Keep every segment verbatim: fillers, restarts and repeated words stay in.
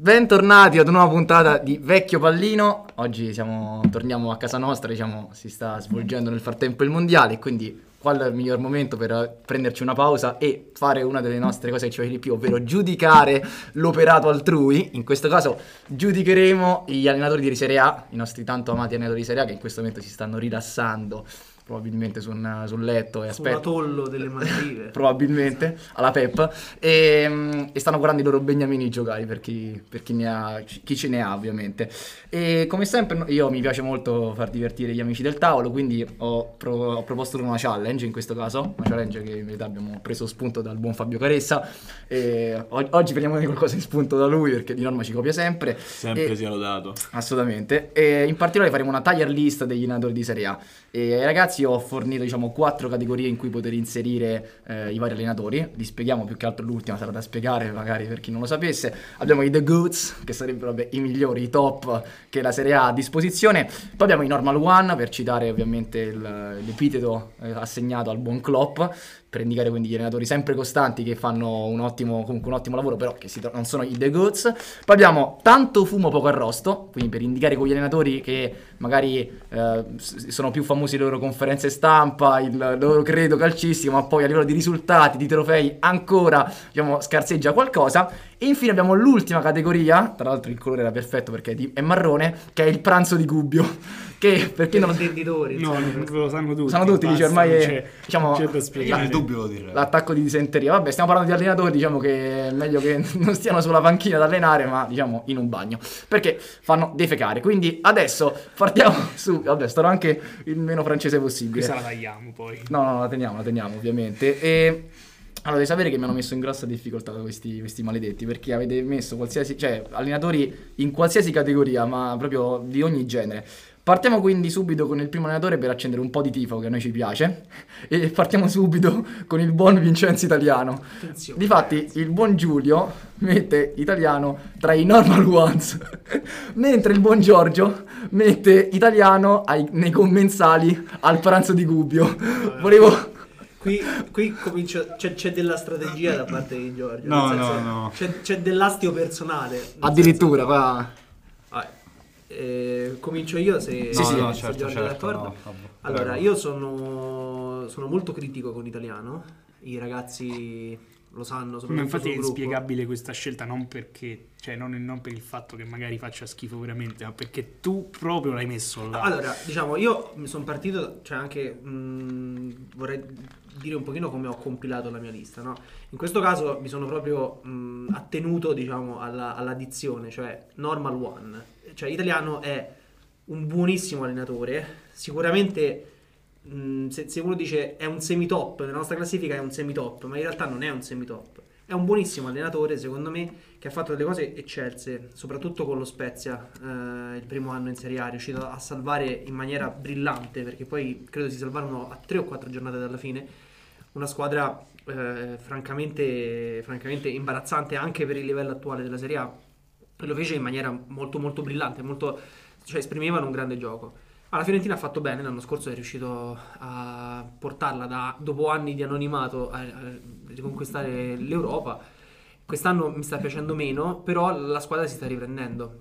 Bentornati ad una nuova puntata di Vecchio Pallino. Oggi siamo, torniamo a casa nostra, diciamo, si sta svolgendo nel frattempo il mondiale, quindi qual è il miglior momento per prenderci una pausa e fare una delle nostre cose che ci piace di più, ovvero giudicare l'operato altrui. In questo caso giudicheremo gli allenatori di Serie A, i nostri tanto amati allenatori di Serie A che in questo momento si stanno rilassando probabilmente su un, sul letto e aspettano un atollo delle Maldive probabilmente alla Pep e, e stanno guardando i loro beniamini giocare per chi, per chi ne ha, chi ce ne ha ovviamente. E come sempre io mi piace molto far divertire gli amici del tavolo, quindi ho, pro, ho proposto una challenge in questo caso, una challenge che in verità abbiamo preso spunto dal buon Fabio Caressa e o, oggi prendiamo di qualcosa in spunto da lui perché di norma ci copia sempre sempre e, sia lodato assolutamente. E in particolare faremo una tier list degli allenatori di Serie A e ragazzi io ho fornito diciamo quattro categorie in cui poter inserire eh, i vari allenatori. Li spieghiamo, più che altro l'ultima sarà da spiegare magari per chi non lo sapesse. Abbiamo i The Goods, che sarebbero vabbè, i migliori, i top che la Serie A ha a disposizione. Poi abbiamo i Normal One, per citare ovviamente il, l'epiteto eh, assegnato al buon Klopp, per indicare quindi gli allenatori sempre costanti che fanno un ottimo, comunque un ottimo lavoro, però che si, non sono i The Goods. Poi abbiamo tanto fumo poco arrosto, quindi per indicare quegli allenatori che magari eh, sono più famosi le loro conferenze stampa, il loro credo calcistico, ma poi a livello di risultati, di trofei ancora diciamo scarseggia qualcosa. E infine abbiamo l'ultima categoria, tra l'altro il colore era perfetto perché è, di, è marrone, che è il pranzo di Gubbio. Che perché non intenditori no, lo sanno tutti. Sanno tutti, dice ormai c'è, è, diciamo, c'è da spiegare. il dubbio lo direi. L'attacco di disenteria. Vabbè, stiamo parlando di allenatori, diciamo che è meglio che non stiano sulla panchina ad allenare, ma diciamo in un bagno, perché fanno defecare. Quindi adesso partiamo su, vabbè, starò anche il meno francese possibile. Questa la tagliamo poi. No, no, la teniamo, la teniamo ovviamente. E allora, devi sapere che mi hanno messo in grossa difficoltà questi, questi maledetti, perché avete messo qualsiasi, cioè allenatori in qualsiasi categoria, ma proprio di ogni genere. Partiamo quindi subito con il primo allenatore per accendere un po' di tifo che a noi ci piace e partiamo subito con il buon Vincenzo Italiano. Attenzione. Difatti il buon Giulio mette Italiano tra i Normal Ones mentre il buon Giorgio mette Italiano ai, nei commensali al pranzo di Gubbio. Volevo... Qui, qui comincia, c'è, c'è della strategia da parte di Giorgio. No, no, no. C'è, c'è dell'astio personale. Addirittura, qua... Ah, eh, comincio io se, sì, se, sì, no, se certo, Giorgio è certo, d'accordo. no, allora, io sono, sono molto critico con Italiano. I ragazzi lo sanno. Ma infatti è inspiegabile questa scelta, non perché, cioè non, non per il fatto che magari faccia schifo veramente, ma perché tu proprio l'hai messo là. Allora, diciamo, io mi sono partito, cioè anche mh, vorrei dire un pochino come ho compilato la mia lista, no? In questo caso mi sono proprio mh, attenuto, diciamo, alla, all'addizione, cioè Normal One. Cioè Italiano è un buonissimo allenatore, sicuramente mh, se, se uno dice è un semi-top, nella nostra classifica è un semi-top, ma in realtà non è un semi-top. È un buonissimo allenatore, secondo me, che ha fatto delle cose eccelse, soprattutto con lo Spezia, eh, il primo anno in Serie A, è riuscito a salvare in maniera brillante, perché poi credo si salvarono a tre o quattro giornate dalla fine, una squadra eh, francamente, francamente imbarazzante anche per il livello attuale della Serie A, e lo fece in maniera molto molto brillante, molto, cioè esprimevano un grande gioco. La Fiorentina ha fatto bene, l'anno scorso è riuscito a portarla da, dopo anni di anonimato a, a riconquistare l'Europa. Quest'anno mi sta piacendo meno, però la squadra si sta riprendendo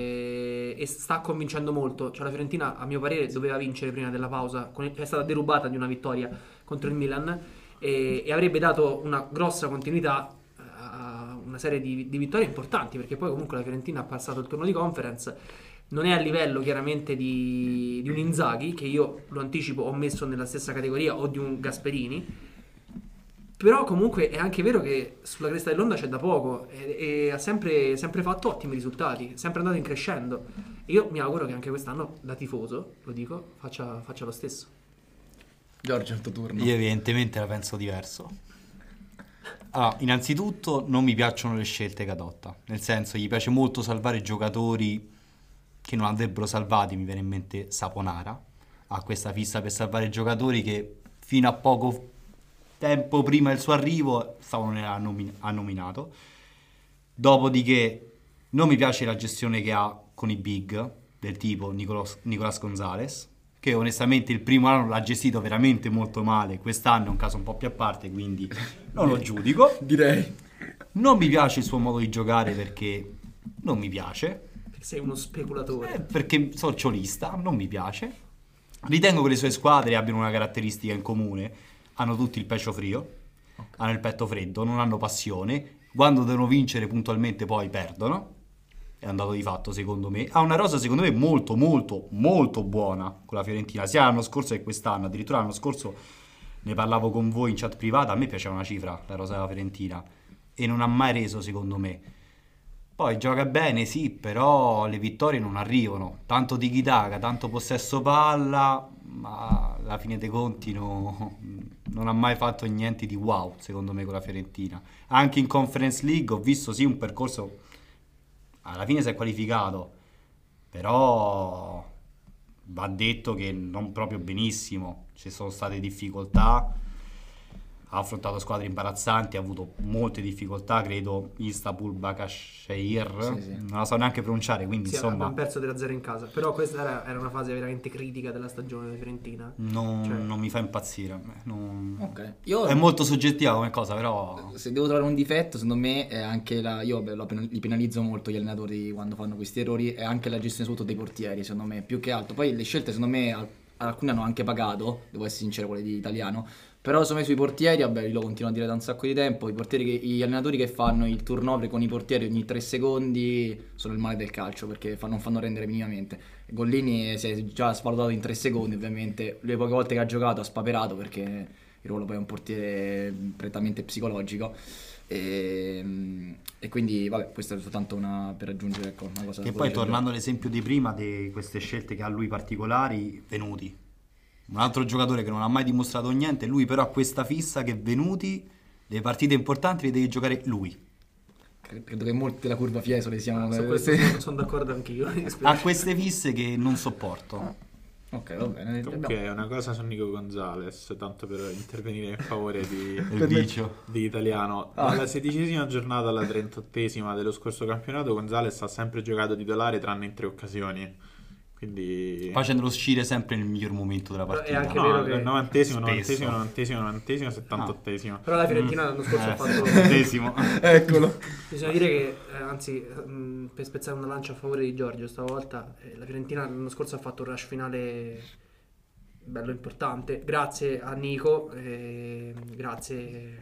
e, e sta convincendo molto. Cioè la Fiorentina, a mio parere, doveva vincere prima della pausa, con, è stata derubata di una vittoria contro il Milan e, e avrebbe dato una grossa continuità a una serie di, di vittorie importanti, perché poi comunque la Fiorentina ha passato il turno di conference. Non è a livello chiaramente di, di un Inzaghi, che io lo anticipo ho messo nella stessa categoria, o di un Gasperini, però comunque è anche vero che sulla cresta dell'onda c'è da poco e, e ha sempre, sempre fatto ottimi risultati, sempre andato in crescendo. Io mi auguro che anche quest'anno, da tifoso, lo dico, faccia, faccia lo stesso. Giorgio, il tuo turno. Io evidentemente la penso diverso. Allora, innanzitutto non mi piacciono le scelte che adotta, nel senso gli piace molto salvare giocatori che non andrebbero salvati. Mi viene in mente Saponara, ha questa fissa per salvare giocatori che fino a poco tempo prima del suo arrivo stavano nella nomin- ha nominato. Dopodiché non mi piace la gestione che ha con i big, del tipo Nicolas, Nicolas Gonzalez, che onestamente il primo anno l'ha gestito veramente molto male, quest'anno è un caso un po' più a parte, quindi non lo giudico. Direi. Non mi piace il suo modo di giocare perché non mi piace. Perché sei uno speculatore. Eh, perché sono ciolista, non mi piace. Ritengo che le sue squadre abbiano una caratteristica in comune: hanno tutti il pecho frio, okay. hanno il petto freddo, non hanno passione. Quando devono vincere puntualmente poi perdono. È andato di fatto secondo me. Ha una rosa secondo me molto molto molto buona con la Fiorentina, sia l'anno scorso che quest'anno. Addirittura l'anno scorso ne parlavo con voi in chat privata, a me piaceva una cifra la rosa della Fiorentina e non ha mai reso secondo me. Poi gioca bene sì, però le vittorie non arrivano, tanto tiki-taka, tanto possesso palla, ma alla fine dei conti no, non ha mai fatto niente di wow secondo me con la Fiorentina. Anche in Conference League ho visto sì un percorso, alla fine si è qualificato, però va detto che non proprio benissimo, ci sono state difficoltà, ha affrontato squadre imbarazzanti, ha avuto molte difficoltà, credo Istanbul Başakşehir, sì, sì. non la so neanche pronunciare, quindi sì, insomma abbiamo perso della zero in casa, però questa era, era una fase veramente critica della stagione della Fiorentina. Non, cioè... non mi fa impazzire, non... okay. Io... è molto soggettiva come cosa, però se devo trovare un difetto secondo me è anche la, io beh, lo pen- li penalizzo molto gli allenatori quando fanno questi errori, è anche la gestione soprattutto dei portieri secondo me, più che altro. Poi le scelte secondo me al- alcune hanno anche pagato, devo essere sincero, quelle di Italiano. Però secondo me sui portieri, vabbè, io lo continuo a dire da un sacco di tempo, i portieri che, gli allenatori che fanno il turnover con i portieri ogni tre secondi sono il male del calcio, perché fa, non fanno rendere minimamente. Gollini si è già svalutato in tre secondi, ovviamente le poche volte che ha giocato ha spaperato, perché il ruolo poi è un portiere prettamente psicologico. E, e quindi vabbè, questo è soltanto una per aggiungere, ecco, una cosa. Che poi tornando all'esempio di prima di queste scelte che ha lui particolari, Venuti, un altro giocatore che non ha mai dimostrato niente, lui però ha questa fissa che Venuti le partite importanti le deve giocare lui. Credo che molti della curva Fiesole siamo ah, su questo sono, sono d'accordo anch'io. Ha queste fisse che non sopporto. Ah. Ok, va bene. Comunque è una cosa su Nico Gonzalez, tanto per intervenire in favore di, il vicio di Italiano. Ah. Dalla sedicesima giornata alla trentottesima dello scorso campionato Gonzalez ha sempre giocato titolare tranne in tre occasioni. Quindi facendolo uscire sempre nel miglior momento della partita. È anche no, vero che novantesimo, novantesimo, novantesimo, novantesimo, settantottesimo. Però la Fiorentina l'anno scorso eh, ha fatto settantesimo. Eccolo. Bisogna dire che eh, anzi mh, per spezzare una lancia a favore di Giorgio stavolta, eh, la Fiorentina l'anno scorso ha fatto un rush finale bello importante grazie a Nico, eh, grazie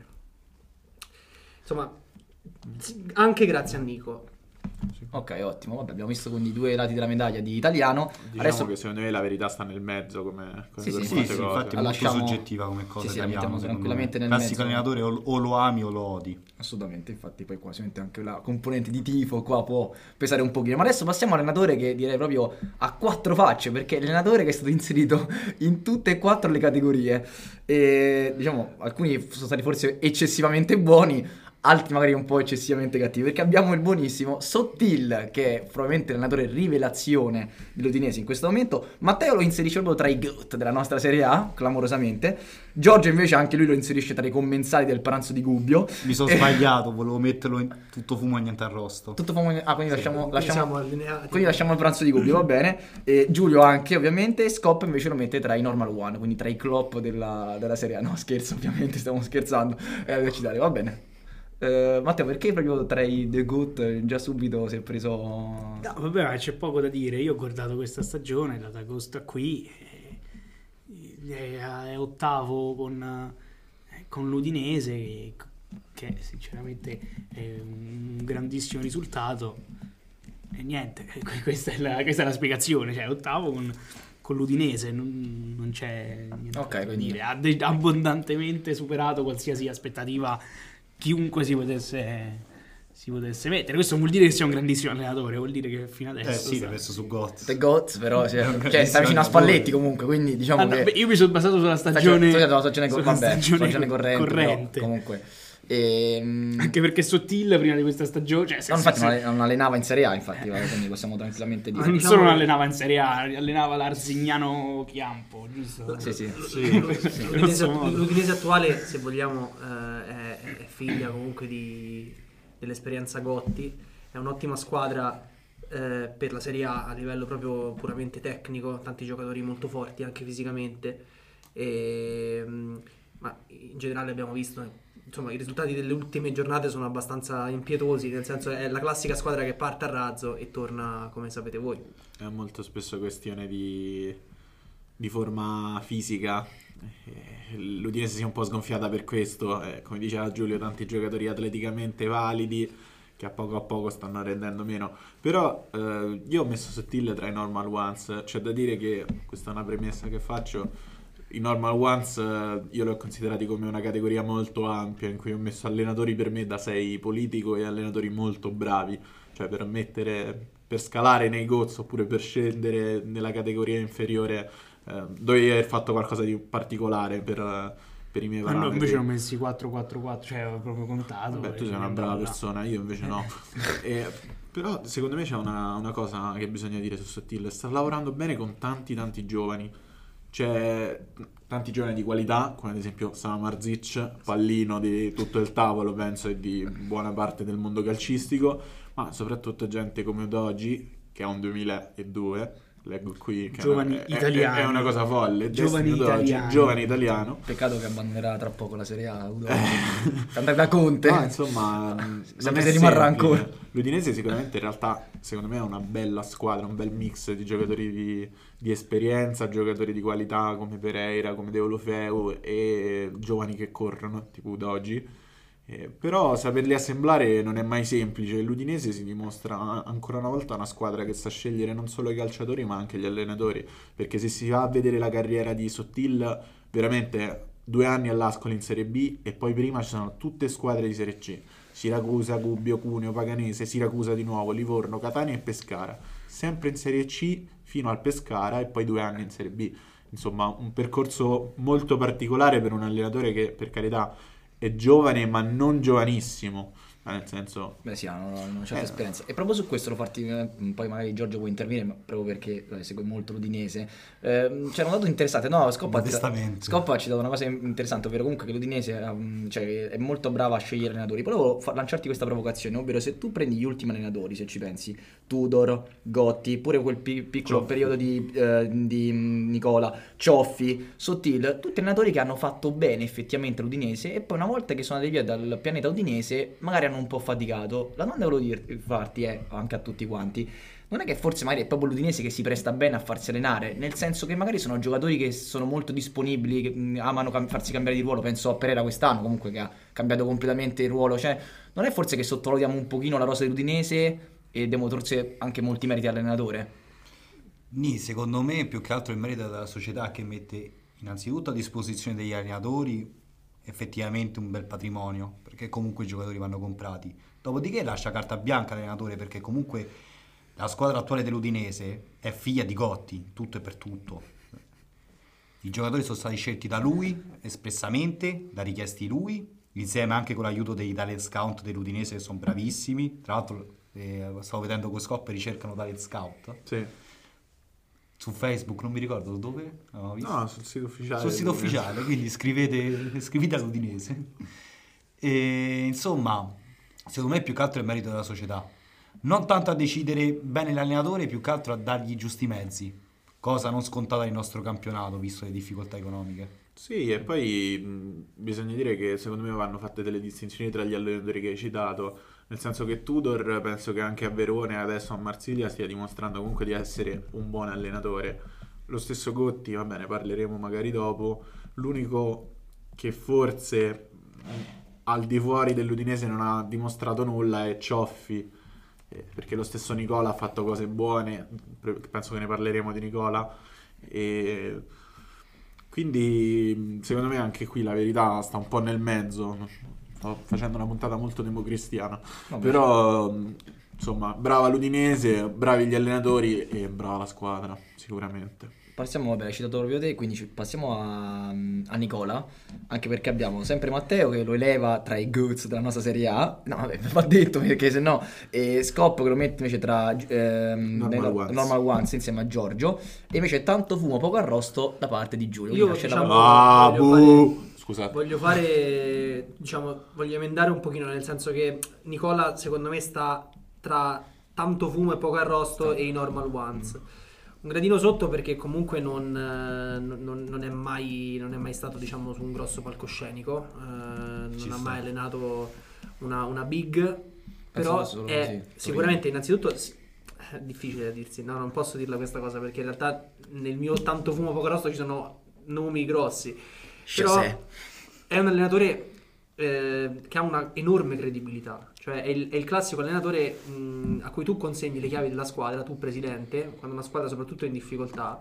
insomma anche grazie a Nico. Ok, ottimo. Vabbè, abbiamo visto quindi i due lati della medaglia di Italiano. Diciamo Adesso che secondo me la verità sta nel mezzo come, come Sì, sì, per sì, molte sì, cose. infatti è La molto lasciamo- soggettiva come cosa. Sì, sì, la Italiano, mettiamo secondo tranquillamente me. nel Classico mezzo. allenatore, o, o lo ami o lo odi. assolutamente, infatti poi qua sicuramente anche la componente di tifo qua può pesare un pochino. Ma adesso passiamo all'allenatore che direi proprio a quattro facce, perché è l'allenatore che è stato inserito in tutte e quattro le categorie. E diciamo, alcuni sono stati forse eccessivamente buoni, altri magari un po' eccessivamente cattivi, perché abbiamo il buonissimo Sottil, che è probabilmente l'allenatore rivelazione dell'Udinese in questo momento. Matteo lo inserisce proprio tra i GOAT della nostra Serie A, clamorosamente. Giorgio invece anche lui lo inserisce tra i commensali del pranzo di Gubbio. Mi sono E- sbagliato, volevo metterlo in tutto fumo e niente arrosto. Tutto famo- ah, quindi lasciamo, Quindi lasciamo, siamo allineati. quindi lasciamo il pranzo di Gubbio, va bene. E Giulio anche, ovviamente. E Scop invece lo mette tra i normal one, quindi tra i Klopp della, della Serie A. No, scherzo, ovviamente, stiamo scherzando. È da citare, va bene. Eh, Matteo, perché proprio tra i The Goat già subito si è preso... No, vabbè, ma c'è poco da dire. Io ho guardato questa stagione, da agosto a qui, e- è, è ottavo con, eh, con l'Udinese, che sinceramente è un grandissimo risultato. E niente, questa è la, questa è la spiegazione. Cioè, ottavo con, con l'Udinese, non, non c'è niente Ok, da quindi- dire. Ha de- abbondantemente superato qualsiasi aspettativa chiunque si potesse, si potesse mettere. Questo vuol dire che sia un grandissimo allenatore, vuol dire che fino adesso Eh sì, sta- l'ho messo su Goat. The Goats, però cioè, un cioè, sta vicino a grandissimo Spalletti comunque, quindi diciamo Ah, no, che... beh, io mi sono basato sulla stagione, stagione, sulla stagione, sulla vabbè, stagione stagione corrente, corrente. però, comunque. E, Anche perché Sottil prima di questa stagione, cioè, se- no, infatti se- non alle- non allenava in Serie A, infatti, vabbè, quindi possiamo tranquillamente dire. non solo non allenava in Serie A, allenava l'Arzignano Chiampo, giusto? Sì, sì. L'Udinese, Grosso modo. l'Udinese attuale, se vogliamo, eh, è, è figlia comunque di, dell'esperienza Gotti. È un'ottima squadra eh, per la Serie A a livello proprio puramente tecnico, tanti giocatori molto forti anche fisicamente. E, mh, ma in generale abbiamo visto insomma, i risultati delle ultime giornate sono abbastanza impietosi, nel senso è la classica squadra che parte a razzo e torna come sapete voi. È molto spesso questione di, di forma fisica. L'Udinese si è un po' sgonfiata per questo, eh, come diceva Giulio, tanti giocatori atleticamente validi che a poco a poco stanno rendendo meno. Però eh, io ho messo Sottile tra i normal ones. C'è da dire che, questa è una premessa che faccio, i normal ones eh, io li ho considerati come una categoria molto ampia, in cui ho messo allenatori per me da sei politico e allenatori molto bravi, cioè per mettere, per scalare nei GOATs oppure per scendere nella categoria inferiore eh, dovevi aver fatto qualcosa di particolare per, per i miei Ma no, parametri. invece ne ho messi quattro quattro quattro, cioè avevo proprio contato. Vabbè, tu e sei una mi brava andava là. persona, io invece no. E, però secondo me c'è una, una cosa che bisogna dire su Sottile: sta lavorando bene con tanti tanti giovani. C'è tanti giovani di qualità, come ad esempio Sava Marzic, pallino di tutto il tavolo, penso, e di buona parte del mondo calcistico, ma soprattutto gente come Udogi, che ha un duemiladue, leggo qui, che Giovani è, italiani. è, è una cosa folle. Giovani Destiny Udogi, italiani. giovane italiano. Peccato che abbandonerà tra poco la Serie A. Andrà da Conte. No, insomma, non Sempre è se rimarrà semplice. ancora. L'Udinese sicuramente in realtà, secondo me, è una bella squadra, un bel mix di giocatori di, di esperienza, giocatori di qualità come Pereira, come Deulofeu e giovani che corrono, tipo Udogi. Eh, però saperli assemblare non è mai semplice. L'Udinese si dimostra ancora una volta una squadra che sa scegliere non solo i calciatori ma anche gli allenatori, perché se si va a vedere la carriera di Sottil, veramente due anni all'Ascoli in Serie B e poi prima ci sono tutte squadre di Serie C: Siracusa, Gubbio, Cuneo, Paganese, Siracusa di nuovo, Livorno, Catania e Pescara, sempre in Serie C fino al Pescara e poi due anni in Serie B. Insomma, un percorso molto particolare per un allenatore che, per carità, è giovane ma non giovanissimo, nel senso, Beh sì, hanno una certa Eh. esperienza. E proprio su questo lo farti, eh, poi magari Giorgio può intervenire, ma proprio perché eh, segue molto l'Udinese. Eh, c'era un dato interessante, no, Scoppa, Modestamente. Scoppa ha citato una cosa interessante, ovvero comunque che l'Udinese um, cioè, è molto brava a scegliere allenatori. Volevo fa- lanciarti questa provocazione, ovvero se tu prendi gli ultimi allenatori, se ci pensi, Tudor, Gotti, pure quel pi- piccolo Cioffi. periodo di, eh, di mm, Nicola, Cioffi, Sottil, tutti allenatori che hanno fatto bene effettivamente l'Udinese e poi una volta che sono andati via dal pianeta Udinese magari hanno un po' faticato. La domanda che volevo dirti, farti è, anche a tutti quanti, non è che forse magari è proprio l'Udinese che si presta bene a farsi allenare, nel senso che magari sono giocatori che sono molto disponibili, che mh, amano cam- farsi cambiare di ruolo, penso a Pereira quest'anno comunque che ha cambiato completamente il ruolo, cioè non è forse che sottovalutiamo un pochino la rosa dell'Udinese e diamo forse anche molti meriti all'allenatore? Nì, secondo me più che altro il merito della società che mette innanzitutto a disposizione degli allenatori effettivamente un bel patrimonio, perché comunque i giocatori vanno comprati. Dopodiché lascia carta bianca all'allenatore, perché comunque la squadra attuale dell'Udinese è figlia di Gotti, tutto e per tutto. I giocatori sono stati scelti da lui espressamente, da richiesti lui, insieme anche con l'aiuto dei talent scout dell'Udinese che sono bravissimi. Tra l'altro eh, stavo vedendo con Scoppa ricercano talent scout sì. su Facebook, non mi ricordo dove avevo visto. No, sul sito ufficiale. sul sito dell'Udinese. ufficiale, quindi scrivete, scrivete all'Udinese. E insomma, secondo me più che altro è il merito della società, non tanto a decidere bene l'allenatore, più che altro a dargli i giusti mezzi, cosa non scontata nel nostro campionato visto le difficoltà economiche. Sì, e poi mh, bisogna dire che secondo me vanno fatte delle distinzioni tra gli allenatori che hai citato, nel senso che Tudor penso che anche a Verona e adesso a Marsiglia stia dimostrando comunque di essere un buon allenatore. Lo stesso Gotti, va bene, parleremo magari dopo. L'unico che forse mh, al di fuori dell'Udinese non ha dimostrato nulla è Cioffi, eh, perché lo stesso Nicola ha fatto cose buone, pre- penso che ne parleremo di Nicola, e quindi secondo me anche qui la verità sta un po' nel mezzo. Sto facendo una puntata molto democristiana, Vabbè. però insomma, brava l'Udinese, bravi gli allenatori e brava la squadra sicuramente. Passiamo, vabbè, hai citato proprio te, quindi ci- passiamo a, a Nicola, anche perché abbiamo sempre Matteo che lo eleva tra i goods della nostra Serie A, no vabbè, va detto perché se no, e Scop che lo mette invece tra ehm, Normal nella- Ones. Normal Ones insieme a Giorgio, e invece tanto fumo poco arrosto da parte di Giulio. Io, Quindi lascia la diciamo, parola- Ah, voglio buh. Scusate. Voglio fare, diciamo, voglio emendare un pochino, nel senso che Nicola secondo me sta tra tanto fumo e poco arrosto e i normal ones. Un gradino sotto perché comunque non, eh, non, non è mai non è mai stato, diciamo, su un grosso palcoscenico, eh, non Ci ha sta. mai allenato una, una big, però solo- è sì, sicuramente innanzitutto s- è difficile da dirsi, no, non posso dirla questa cosa perché in realtà nel mio tanto fumo poco rosto ci sono nomi grossi, però Chasset. è un allenatore eh, che ha una enorme credibilità, cioè è il, è il classico allenatore mh, a cui tu consegni le chiavi della squadra, tu presidente, quando una squadra soprattutto è in difficoltà,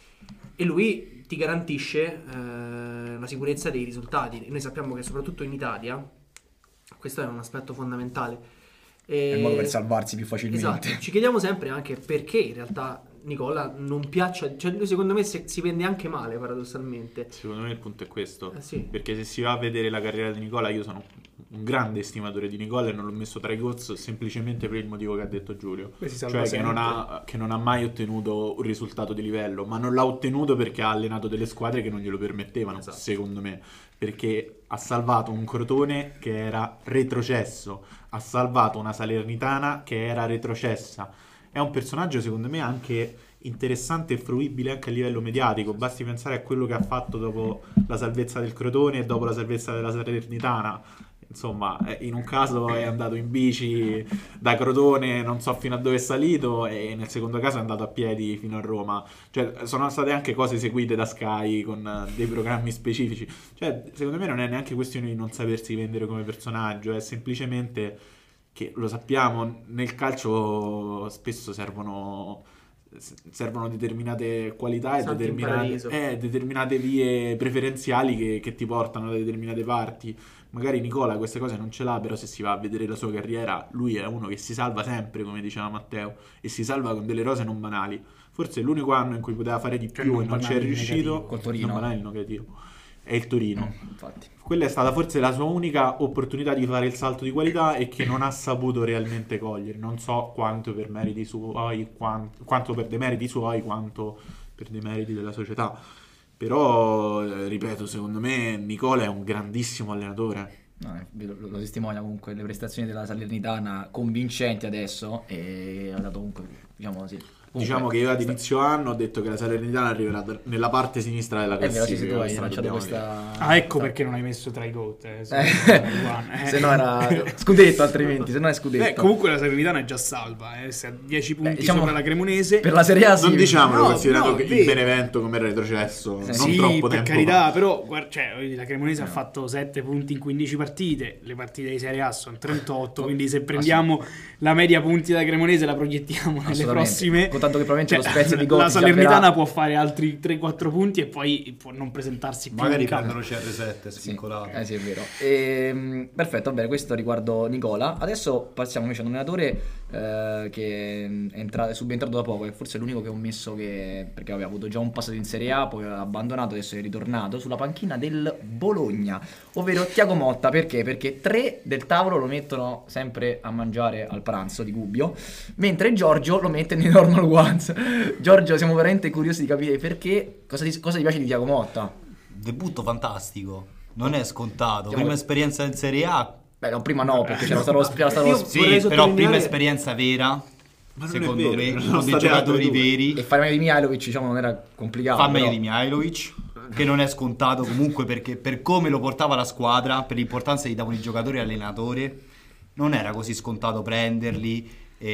e lui ti garantisce eh, la sicurezza dei risultati. E noi sappiamo che soprattutto in Italia questo è un aspetto fondamentale. È il modo per E- salvarsi più facilmente. Esatto, ci chiediamo sempre anche perché in realtà Nicola non piaccia, cioè lui secondo me se- si vende anche male paradossalmente. Secondo me il punto è questo. Eh sì. Perché se si va a vedere la carriera di Nicola, io sono un grande estimatore di Nicola e non l'ho messo tra i GOATs semplicemente per il motivo che ha detto Giulio. Poi si salva Cioè che non, sempre. ha, che non ha mai ottenuto un risultato di livello, ma non l'ha ottenuto perché ha allenato delle squadre che non glielo permettevano, Esatto. secondo me. Perché ha salvato un Crotone che era retrocesso, ha salvato una Salernitana che era retrocessa. È un personaggio secondo me anche interessante e fruibile anche a livello mediatico. Basti pensare a quello che ha fatto dopo la salvezza del Crotone e dopo la salvezza della Salernitana. Insomma, eh, in un caso è andato in bici da Crotone, non so fino a dove è salito, e nel secondo caso è andato a piedi fino a Roma. Cioè, sono state anche cose seguite da Sky con eh, dei programmi specifici. Cioè, secondo me non è neanche questione di non sapersi vendere come personaggio, è semplicemente che, lo sappiamo, nel calcio spesso servono servono determinate qualità e Salti in determinate, paradiso. eh, determinate vie preferenziali che, che ti portano da determinate parti. Magari Nicola queste cose non ce l'ha, però se si va a vedere la sua carriera, lui è uno che si salva sempre, come diceva Matteo, e si salva con delle rose non banali. Forse è l'unico anno in cui poteva fare di Cioè, più non e non ci è banali, riuscito. negativo. Col Torino. Non banale, il negativo. È il Torino. Infatti. Quella è stata forse la sua unica opportunità di fare il salto di qualità e che non ha saputo realmente cogliere. Non so quanto per meriti suoi, quanto, quanto per demeriti suoi, quanto per demeriti della società. Però, eh, ripeto, secondo me Nicola è un grandissimo allenatore. No, eh, lo, lo testimonia comunque le prestazioni della Salernitana convincenti adesso, e ha dato comunque, diciamo così. Comunque, Diciamo che io ad sta- inizio anno ho detto che la Salernitana arriverà da- nella parte sinistra della È vero, classifica. sì, sì, tu hai questa la lanciato dobbiamo dire. questa... Ah, ecco questa- perché non hai messo tra i GOAT. Eh, se, Eh, se no era scudetto, altrimenti, se no è scudetto. Beh, comunque la Salernitana è già salva, eh, se a dieci punti Beh, diciamo, sopra la Cremonese. per la Serie A sì. Non diciamolo, No, considerando no, che è il vero. Benevento come era retrocesso, Sì, non Sì, troppo per tempo carità, fa. però guarda, cioè, voglio dire, la Cremonese ha fatto sette punti in quindici partite, le partite di Serie A sono trentotto, quindi se prendiamo la media punti della Cremonese e la proiettiamo nelle Assolutamente. prossime, Contanto che probabilmente cioè, lo Spezia di la Gotti si Salernitana aprirà- può fare altri tre quattro punti e poi può non presentarsi più Magari in campo. prendono C R sette Sì, svincolato. eh sì, è vero. Ehm, perfetto, va bene, questo riguardo Nicola. Adesso passiamo invece a un allenatore eh, che è, entrato, è subentrato da poco, e forse è l'unico che ho messo che, perché aveva avuto già un passato in Serie A, poi ha abbandonato, adesso è ritornato sulla panchina del Bologna, ovvero Thiago Motta. Perché? Perché tre del tavolo lo mettono sempre a mangiare al pranzo di Gubbio, mentre Giorgio lo mette nei normal ones. Giorgio, siamo veramente curiosi di capire perché, cosa ti, cosa ti piace di Thiago Motta? Debutto fantastico, non è scontato. Siamo- Prima esperienza in Serie A. Beh, no, prima no, perché c'era stato, c'era stato Io- Sì, vorrei però sottolineare- prima esperienza vera, Ma non è secondo vero, me, non con sono dei state giocatori altre due. veri. e fare meglio di Mihajlovic, diciamo, non era complicato. Fa meglio però- di Mihajlovic, che non è scontato comunque, perché per come lo portava la squadra, per l'importanza che gli davano i giocatori e allenatore, non era così scontato prenderli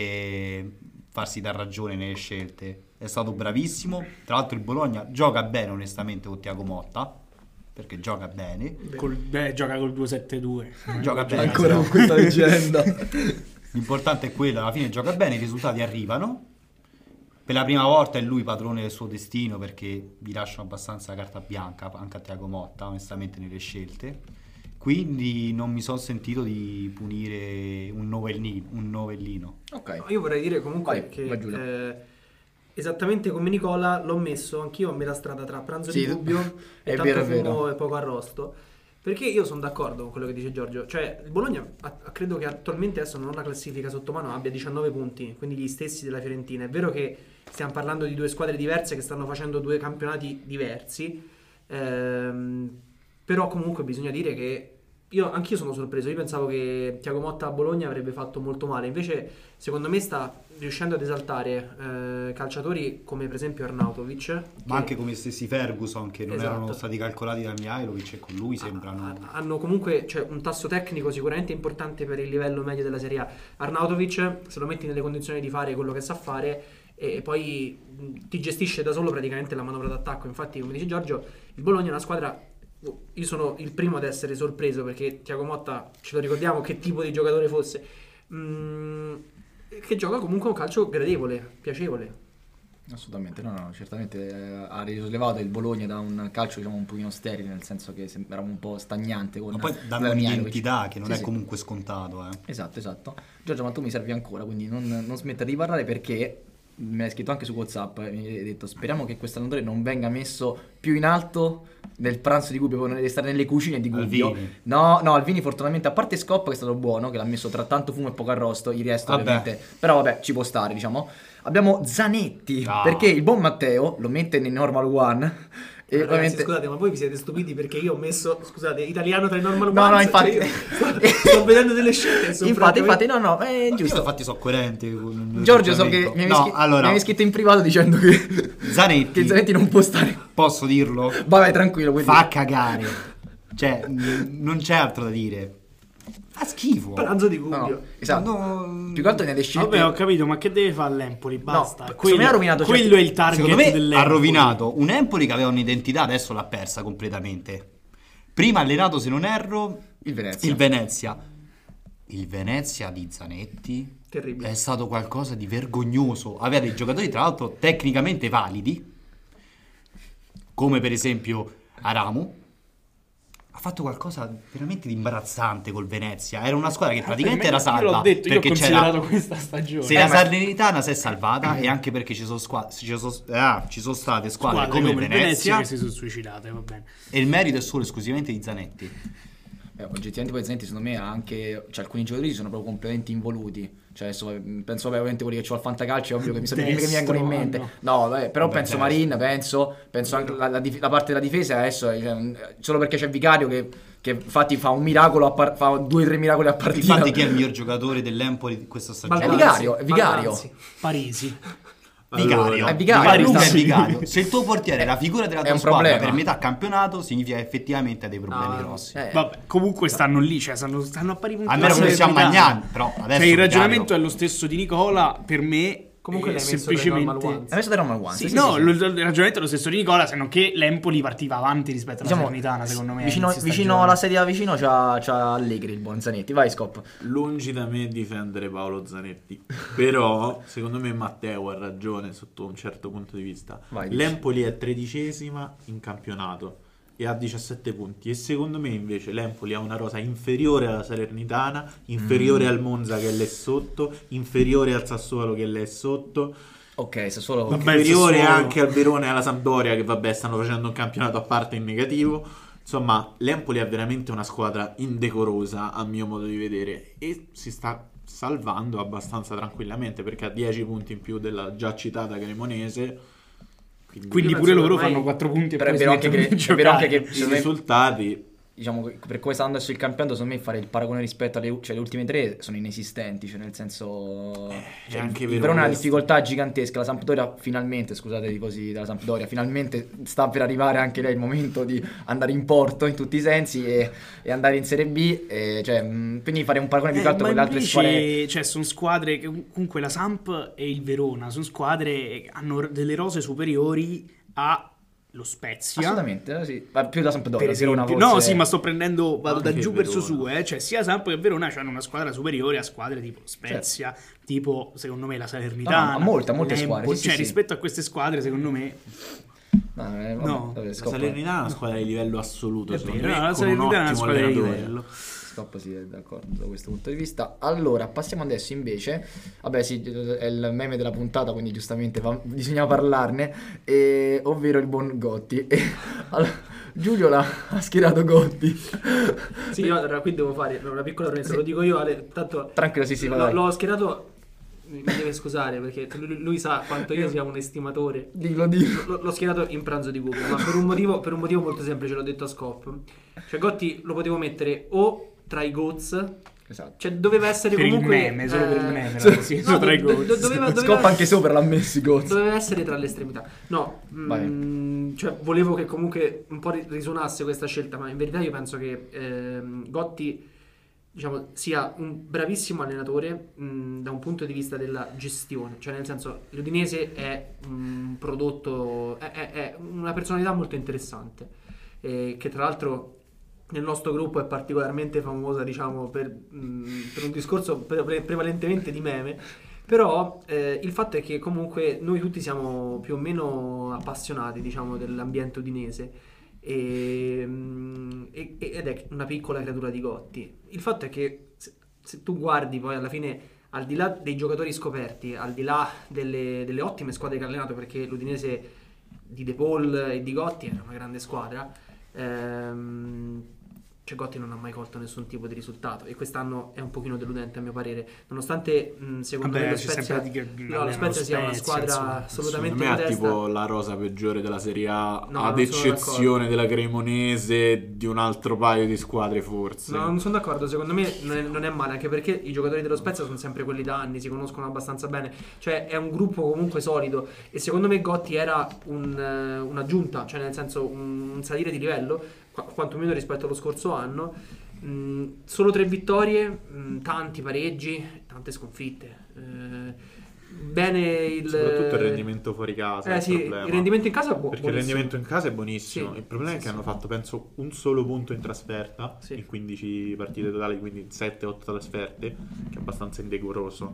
e farsi dar ragione nelle scelte. È stato bravissimo. Tra l'altro il Bologna gioca bene onestamente con Thiago Motta, perché gioca bene. Col- beh, gioca col due sette due. Gioca bene. Ancora con questa leggenda. L'importante è quello, alla fine gioca bene, i risultati arrivano. Per la prima volta è lui padrone del suo destino, perché gli lasciano abbastanza carta bianca anche a Thiago Motta, onestamente, nelle scelte. Quindi non mi sono sentito di punire un novellino. Un novellino. Ok. Io vorrei dire comunque Vai, che vai, Giulio. eh, esattamente come Nicola l'ho messo anch'io a metà strada tra pranzo Sì, di Gubbio è e tanto vero, è fumo vero. e poco arrosto. Perché io sono d'accordo con quello che dice Giorgio. Cioè, il Bologna ha- credo che attualmente adesso non ho la classifica sotto mano, abbia diciannove punti, quindi gli stessi della Fiorentina. È vero che stiamo parlando di due squadre diverse che stanno facendo due campionati diversi, ehm, però comunque bisogna dire che io anch'io sono sorpreso. Io pensavo che Thiago Motta a Bologna avrebbe fatto molto male. Invece, secondo me, sta riuscendo ad esaltare eh, calciatori come per esempio Arnautovic. Ma che- anche come stessi Ferguson, che non Esatto. erano stati calcolati da Mihajlovic, e con lui sembrano... ha- hanno comunque cioè, un tasso tecnico sicuramente importante per il livello medio della Serie A. Arnautovic, se lo metti nelle condizioni di fare quello che sa fare, e poi mh, ti gestisce da solo praticamente la manovra d'attacco. Infatti, come dice Giorgio, il Bologna è una squadra. Io sono il primo ad essere sorpreso, perché Thiago Motta, ce lo ricordiamo che tipo di giocatore fosse, mm, che gioca comunque un calcio gradevole, piacevole. Assolutamente, no, no, certamente eh, ha risollevato il Bologna da un calcio diciamo un pochino sterile, nel senso che sembrava un po' stagnante con Ma poi con danno la Mihajlovic. un'identità che non Sì, è sì. comunque scontato, eh. Esatto, esatto. Giorgio, ma tu mi servi ancora, quindi non, non smettere di parlare, perché me l'hai scritto anche su WhatsApp e mi hai detto speriamo che questo allenatore non venga messo più in alto del pranzo di Gubbio, deve stare nelle cucine di Gubbio. Alvini. No, no, Alvini fortunatamente, a parte Scoppa che è stato buono, che l'ha messo tra tanto fumo e poco arrosto, il resto Vabbè. ovviamente, però vabbè, ci può stare, diciamo. Abbiamo Zanetti, Ah. perché il buon Matteo lo mette nei Normal One e Ragazzi, ovviamente... scusate, ma voi vi siete stupiti perché io ho messo, scusate, italiano tra i normal No, no, ones? infatti- Cioè, io sto, sto vedendo delle scelte che sono Infatti, infatti, francamente- no, no, è Io giusto. infatti sono coerente con il Giorgio, so che ragionamento. mi avevi, No, scri- allora, mi avevi scritto in privato dicendo che Zanetti, che Zanetti non può stare. posso dirlo? Vai, vai, tranquillo. puoi Fa dire. cagare. Cioè, n- non c'è altro da dire. Fa schifo. Pranzo di No, Gubbio. no, esatto. No, Più che altro nelle scelte. Vabbè, ho capito, ma che deve fare l'Empoli? Basta. No, quello secondo me ha rovinato certi- quello è il target Secondo me dell'Empoli. ha rovinato un Empoli che aveva un'identità, adesso l'ha persa completamente. Prima allenato, se non erro, Il Venezia. il Venezia. Il Venezia di Zanetti Terribile. è stato qualcosa di vergognoso. Aveva dei giocatori, tra l'altro, tecnicamente validi, come per esempio Aramu. Ha fatto qualcosa veramente di imbarazzante col Venezia. Era una squadra che praticamente Per me- era salva. Io l'ho detto, io ho perché c'era considerato questa stagione. se Eh, la ma- Salernitana si è salvata e anche perché ci sono, squa- ci sono, ah, ci sono state squadre, Squadre come, come il Venezia, Venezia che si sono suicidate, va bene. e il merito è solo esclusivamente di Zanetti. Eh, oggettivamente poi Zanetti secondo me ha anche, cioè alcuni giocatori sono proprio completamente involuti. Cioè adesso eh, penso ovviamente quelli che ho al fantacalcio, è ovvio che mi, sono, che mi vengono in mente. Destro, No, vabbè, però Vabbè, penso destro. Marin, penso, penso anche la, la dif- la parte della difesa adesso eh, cioè, solo perché c'è Vicario che, che infatti fa un miracolo a par- fa due o tre miracoli a partita. Infatti chi è il miglior giocatore dell'Empoli di questa stagione? È Baldanzi, Vicario, è Vicario. Baldanzi. Parisi. Vicario. È Vicario, Vicario, sta- è Vicario. Se il tuo portiere è la figura della è tua un squadra problema. per metà campionato, significa effettivamente ha dei problemi No, grossi. Eh, Vabbè, comunque stanno lì, cioè stanno, stanno a pari punti. A meno che non sia Magnan, però adesso Cioè, il Vicario- ragionamento è lo stesso di Nicola, per me. Comunque è l'hai messo tra i normal semplicemente. ones. ha messo dei Roman One. Sì, sì, no, sì, sì. lo- il ragionamento è lo stesso di Nicola, se non che l'Empoli partiva avanti rispetto alla Diciamo, Salernitana, secondo me. a vicino, inizio vicino stagione. alla sedia vicino c'ha, c'ha Allegri il buon Zanetti. Vai Scop. Lungi da me difendere Paolo Zanetti, però secondo me Matteo ha ragione sotto un certo punto di vista. Vai, dici. L'Empoli è tredicesima in campionato e ha diciassette punti, e secondo me invece l'Empoli ha una rosa inferiore alla Salernitana, inferiore Mm. al Monza che è lì sotto, inferiore al Sassuolo che è lì sotto, Ok, se solo... Vabbè, inferiore Sassuolo. anche al Verona e alla Sampdoria, che vabbè stanno facendo un campionato a parte in negativo. Insomma, l'Empoli è veramente una squadra indecorosa a mio modo di vedere e si sta salvando abbastanza tranquillamente perché ha dieci punti in più della già citata Cremonese. Quindi, Quindi Io pure penso loro che ormai- fanno quattro punti e Però è poi vero anche smettono che, di è vero anche giocare. che i secondo me, risultati diciamo, per come sta andando adesso il campionato, secondo me fare il paragone rispetto alle, cioè, le ultime tre sono inesistenti, cioè nel senso è cioè, anche il vero Verona ha una questo. difficoltà gigantesca, la Sampdoria finalmente, scusate i tifosi della Sampdoria, finalmente sta per arrivare anche lei il momento di andare in porto in tutti i sensi e, e andare in Serie B, e, cioè, mh, quindi fare un paragone più che Eh, altro ma con le altre invece, squadre. cioè, sono squadre che comunque la Samp e il Verona sono squadre che hanno delle rose superiori a lo Spezia. Assolutamente, eh, sì. Ma più la Sampdoria, Per il Verona esempio. forse- No, sì, ma sto prendendo, vado da Anche giù il verso Verona. su, eh. Cioè sia Samp che Verona hanno una squadra superiore a squadre tipo Spezia, Certo. tipo secondo me la Salernitana. No, no, a molte, a molte l'Empoli. squadre, sì, Cioè sì, sì. rispetto a queste squadre, secondo me No, eh, vabbè, No. vabbè, la Scoppa- Salernitana è una squadra di livello assoluto, è secondo vero, me, no, la con un Salernitana è una ottimo squadra di allenatore. livello. Scoppa sì, è d'accordo da questo punto di vista. Allora, passiamo adesso invece. Vabbè, sì, è il meme della puntata, quindi giustamente va- bisogna parlarne. E, ovvero il buon Gotti. E, allora, Giulio l'ha ha schierato Gotti. Sì, io allora qui devo fare una piccola premessa, lo dico io, Ale, tanto Tranquillo, sì, sì, l'ho, vai. l'ho schierato mi deve scusare perché lui, lui sa quanto io sia un estimatore. Dillo, dillo. L- l'ho schierato in pranzo di Google, ma per un motivo, per un motivo molto semplice, l'ho detto a Scop. Cioè Gotti lo potevo mettere o tra i GOATs, Esatto. cioè doveva essere Per il comunque meme, solo per il eh, meme, so- l'ha deciso no, tra i do- do- GOATs. doveva, Scop doveva, anche sopra l'ha messi Gozzi. doveva essere tra le estremità. No, Vai. mm, cioè volevo che comunque un po' ri- risuonasse questa scelta, ma in verità io penso che ehm, Gotti, diciamo, sia un bravissimo allenatore mh, da un punto di vista della gestione, cioè nel senso l'Udinese è un prodotto, è, è- è una personalità molto interessante, eh, che tra l'altro nel nostro gruppo è particolarmente famosa, diciamo, per, mh, per un discorso pre- pre- prevalentemente di meme. Però eh, il fatto è che comunque noi tutti siamo più o meno appassionati, diciamo, dell'ambiente udinese e, mm, e- ed è una piccola creatura di Gotti. Il fatto è che se, se tu guardi poi alla fine, al di là dei giocatori scoperti, al di là delle, delle ottime squadre che ha allenato, perché l'Udinese di De Paul e di Gotti era una grande squadra, ehm, cioè Gotti non ha mai colto nessun tipo di risultato e quest'anno è un pochino deludente a mio parere, nonostante mh, secondo Vabbè, me lo c'è Spezia, sempre di che no, lo allenano Spezia sia una Spezia, squadra insomma. assolutamente Secondo me ha modesta. tipo la rosa peggiore della Serie A, No, ad non sono eccezione della Cremonese, di un altro paio di squadre forse. No, non sono d'accordo, secondo me non è, non è male, anche perché i giocatori dello Spezia sono sempre quelli da anni, si conoscono abbastanza bene, cioè è un gruppo comunque solido e secondo me Gotti era un, eh, un'aggiunta, cioè nel senso un, un salire di livello, qu- quantomeno rispetto allo scorso anno. Mm, solo tre vittorie, mm, tanti pareggi, tante sconfitte. Eh, bene il Soprattutto il rendimento fuori casa. Eh è il sì, problema. il rendimento in casa è bu- Perché il buonissimo. rendimento in casa è buonissimo. Sì. Il problema Sì, è che sì. hanno fatto, penso, un solo punto in trasferta Sì. in quindici partite totali, quindi sette otto trasferte, che è abbastanza indecoroso.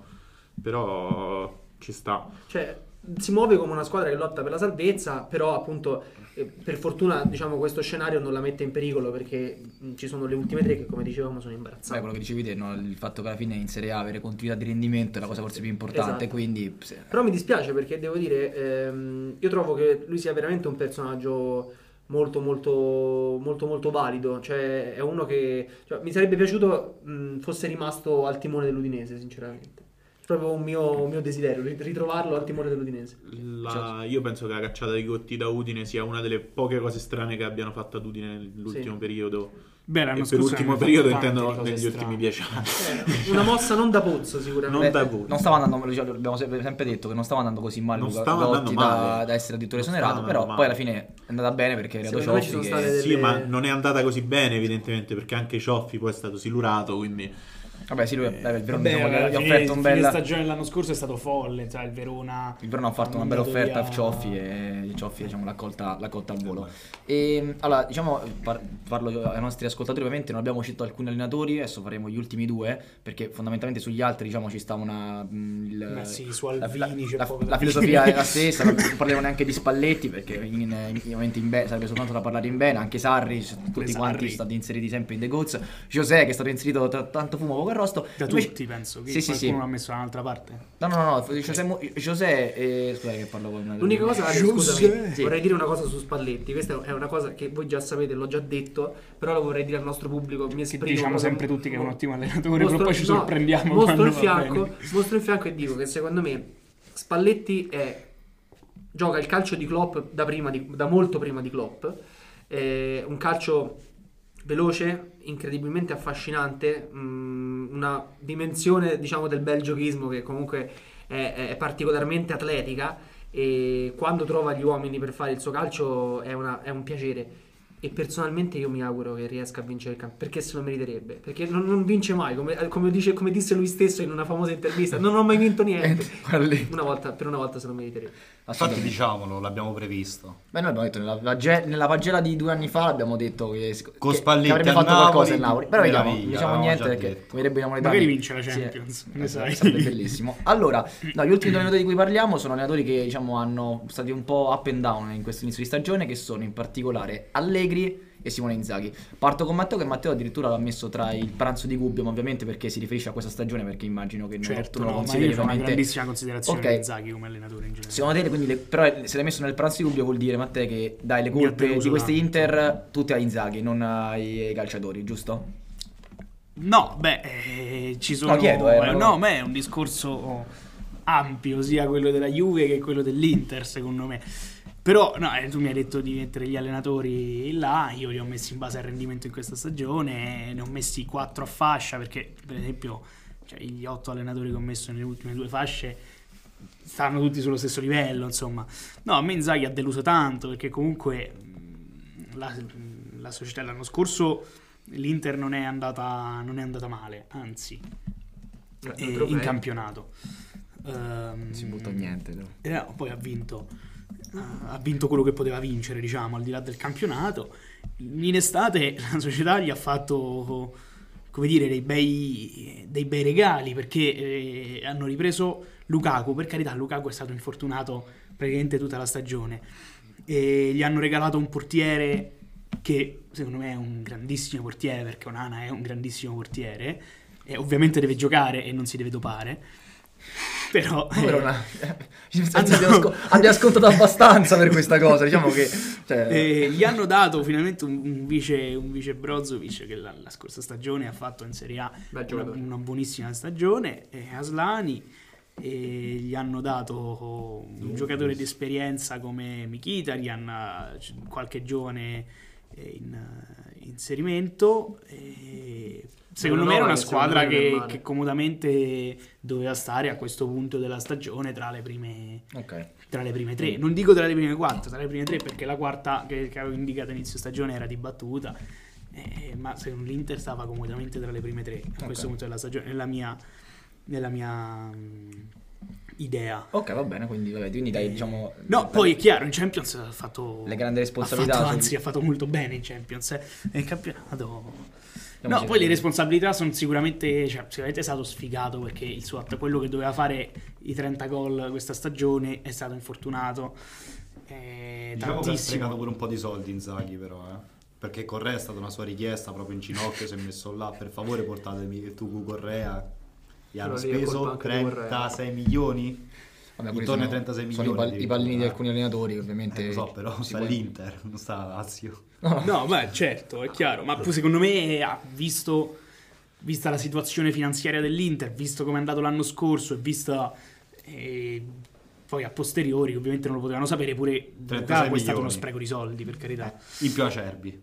Però ci sta. Cioè, si muove come una squadra che lotta per la salvezza, però appunto eh, per fortuna diciamo questo scenario non la mette in pericolo perché mh, ci sono le ultime tre che come dicevamo sono Sai, imbarazzanti. quello che dicevi te, no? Il fatto che alla fine in Serie A avere continuità di rendimento è la cosa forse più importante, Esatto. quindi se- Però mi dispiace perché devo dire, ehm, io trovo che lui sia veramente un personaggio molto molto molto molto valido, cioè è uno che cioè, mi sarebbe piaciuto mh, fosse rimasto al timone dell'Udinese, sinceramente. È proprio un mio, un mio desiderio, rit- ritrovarlo al timone dell'Udinese. La- io penso che la cacciata di Gotti da Udine sia una delle poche cose strane che abbiano fatto ad Udine nell'ultimo Sì. periodo. Beh, E l'anno per scorso l'ultimo hanno periodo fatto tante intendo di cose negli strane. ultimi dieci anni. Eh, una mossa non da pozzo sicuramente. Non da Beh, voi. non stava andando, diciamo, abbiamo sempre sempre detto che non stava andando così male Non Luca stava Gotti andando da, male. da essere addirittura Non esonerato, stava però andando poi alla male. fine è andata bene perché era Secondo me ci Cioffi sono che... state Sì, delle- ma non è andata così bene evidentemente, perché anche Cioffi poi è stato silurato, quindi Vabbè sì, lui beh, il Verona Vabbè, diciamo che alla gli ha fine, offerto un fine bel... stagione l'anno scorso è stato folle, cioè il Verona Il Verona ha fatto una ha bella mandato offerta a via- Cioffi e Cioffi diciamo, l'ha colta, l'ha colta al volo. E allora diciamo par- parlo ai nostri ascoltatori, ovviamente non abbiamo citato alcuni allenatori, adesso faremo gli ultimi due perché fondamentalmente sugli altri diciamo ci sta una mh, il- Beh, sì, su la, Alvini la- c'è la- poco da la dire. filosofia è la stessa, non parliamo neanche di Spalletti perché in, in, ovviamente in bene sarebbe soltanto da parlare in bene, anche Sarri, tutti Sarri. quanti stati inseriti sempre in The Goats, José che è stato inserito tra tanto fumo poco arrosto. Da Invece- tutti penso che Sì, sì, qualcuno sì. l'ha messo da un'altra parte. No, no, no, no, José, Mo- José eh, scusate che parlo con L'unica cosa, Ale, Giuseppe. scusami, Sì. vorrei dire una cosa su Spalletti. Questa è una cosa che voi già sapete, l'ho già detto, però lo vorrei dire al nostro pubblico. Mi Che esprimo diciamo proprio- sempre tutti che è un ottimo allenatore, Mostro- però poi ci no, sorprendiamo mostro quando il va fianco, bene. mostro il fianco e dico che secondo me Spalletti è, gioca il calcio di Klopp da, prima di, da molto prima di Klopp, è un calcio veloce, incredibilmente affascinante, mh, una dimensione diciamo del bel giochismo che comunque è, è particolarmente atletica e quando trova gli uomini per fare il suo calcio è, una- è un piacere. E personalmente io mi auguro che riesca a vincere il campionato, perché se lo meriterebbe, perché non, non vince mai, come, come dice- come disse lui stesso in una famosa intervista, non ho mai vinto niente. Guarda lì. Una volta, per una volta se lo meriterebbe. Infatti Assolutamente. diciamolo, l'abbiamo previsto. Beh, noi abbiamo detto nella, page- nella pagella di due anni fa l'abbiamo detto che, Con che- Spalletti che avrebbe a fatto Napoli, qualcosa il Napoli. Però vediamo, meraviglia, diciamo l'avevamo niente già perché detto. come direbbero i Magari napoletani- vince la Sì, Champions, ne eh, sai. sarebbe bellissimo. Allora, no, gli ultimi due allenatori di cui parliamo sono allenatori che diciamo hanno stati un po' up and down in questo inizio di stagione, che sono in particolare Allegri e Simone Inzaghi. Parto con Matteo, che Matteo addirittura l'ha messo tra il pranzo di Gubbio, ma ovviamente perché si riferisce a questa stagione, perché immagino che non- Certo, tu non lo no, ma consideri io ho una ovviamente. grandissima considerazione Ok. di Inzaghi come allenatore in generale. Secondo te, quindi, le- però se l'hai messo nel pranzo di Gubbio vuol dire, Matteo, che dai le Mi ha colpe deluso di questi tanto. Inter tutte a Inzaghi, non ai, ai calciatori, giusto? No, beh, eh, ci sono... No, chiedo, eh, non- no, ma è un discorso ampio, sia quello della Juve che quello dell'Inter, secondo me. Però no, eh, tu mi hai detto di mettere gli allenatori là, io li ho messi in base al rendimento in questa stagione, ne ho messi quattro a fascia, perché per esempio cioè, gli otto allenatori che ho messo nelle ultime due fasce stanno tutti sullo stesso livello, insomma. No, a me Inzaghi ha deluso tanto, perché comunque la, la società l'anno scorso l'Inter non è andata, non è andata male, anzi eh, in campionato um, si butta niente, no? eh, no, poi ha vinto ha vinto quello che poteva vincere, diciamo, al di là del campionato. In estate la società gli ha fatto, come dire, dei bei, dei bei regali, perché eh, hanno ripreso Lukaku. Per carità, Lukaku è stato infortunato praticamente tutta la stagione, e gli hanno regalato un portiere che secondo me è un grandissimo portiere, perché Onana è un grandissimo portiere e ovviamente deve giocare e non si deve dopare. Però eh, una... abbiamo, sc- abbiamo scontato abbastanza per questa cosa, diciamo che cioè... eh, gli hanno dato finalmente un, un vice un vice Brozovic, che la, la scorsa stagione ha fatto in Serie A una, una buonissima stagione, e Aslani, e gli hanno dato un mm, giocatore di esperienza come Mkhitaryan, qualche giovane in inserimento, e secondo no, me era una squadra che, che comodamente doveva stare a questo punto della stagione tra le prime okay. tra le prime tre, non dico tra le prime quattro, tra le prime tre, perché la quarta che, che avevo indicato inizio stagione era dibattuta, eh, ma se l'Inter stava comodamente tra le prime tre a okay. questo punto della stagione, nella mia nella mia mh, idea. Ok, va bene, quindi vabbè, quindi dai, diciamo... No, poi è chiaro, in Champions ha fatto... le grandi responsabilità. Ha fatto, sul... anzi, ha fatto molto bene in Champions, eh. Nel campionato... No, poi le responsabilità sono sicuramente, cioè, sicuramente è stato sfigato, perché il suo quello che doveva fare i trenta gol questa stagione è stato infortunato. Eh, diciamo che ha sprecato pure un po' di soldi Inzaghi, però, eh. Perché Correa è stata una sua richiesta, proprio in ginocchio si è messo là, per favore portatemi tu Correa. Gli hanno speso trentasei milioni. Vabbè, intorno ai trentasei milioni. Sono i, pal- i pallini di alcuni allenatori, ovviamente. Eh, lo so, però sta può... l'Inter, non sta la Lazio. No, no, beh, certo, è chiaro. Ma secondo me ha visto, vista la situazione finanziaria dell'Inter, visto come è andato l'anno scorso e vista eh, poi a posteriori, ovviamente non lo potevano sapere, pure Lukaku è stato uno spreco di soldi, per carità. Eh, in più Acerbi.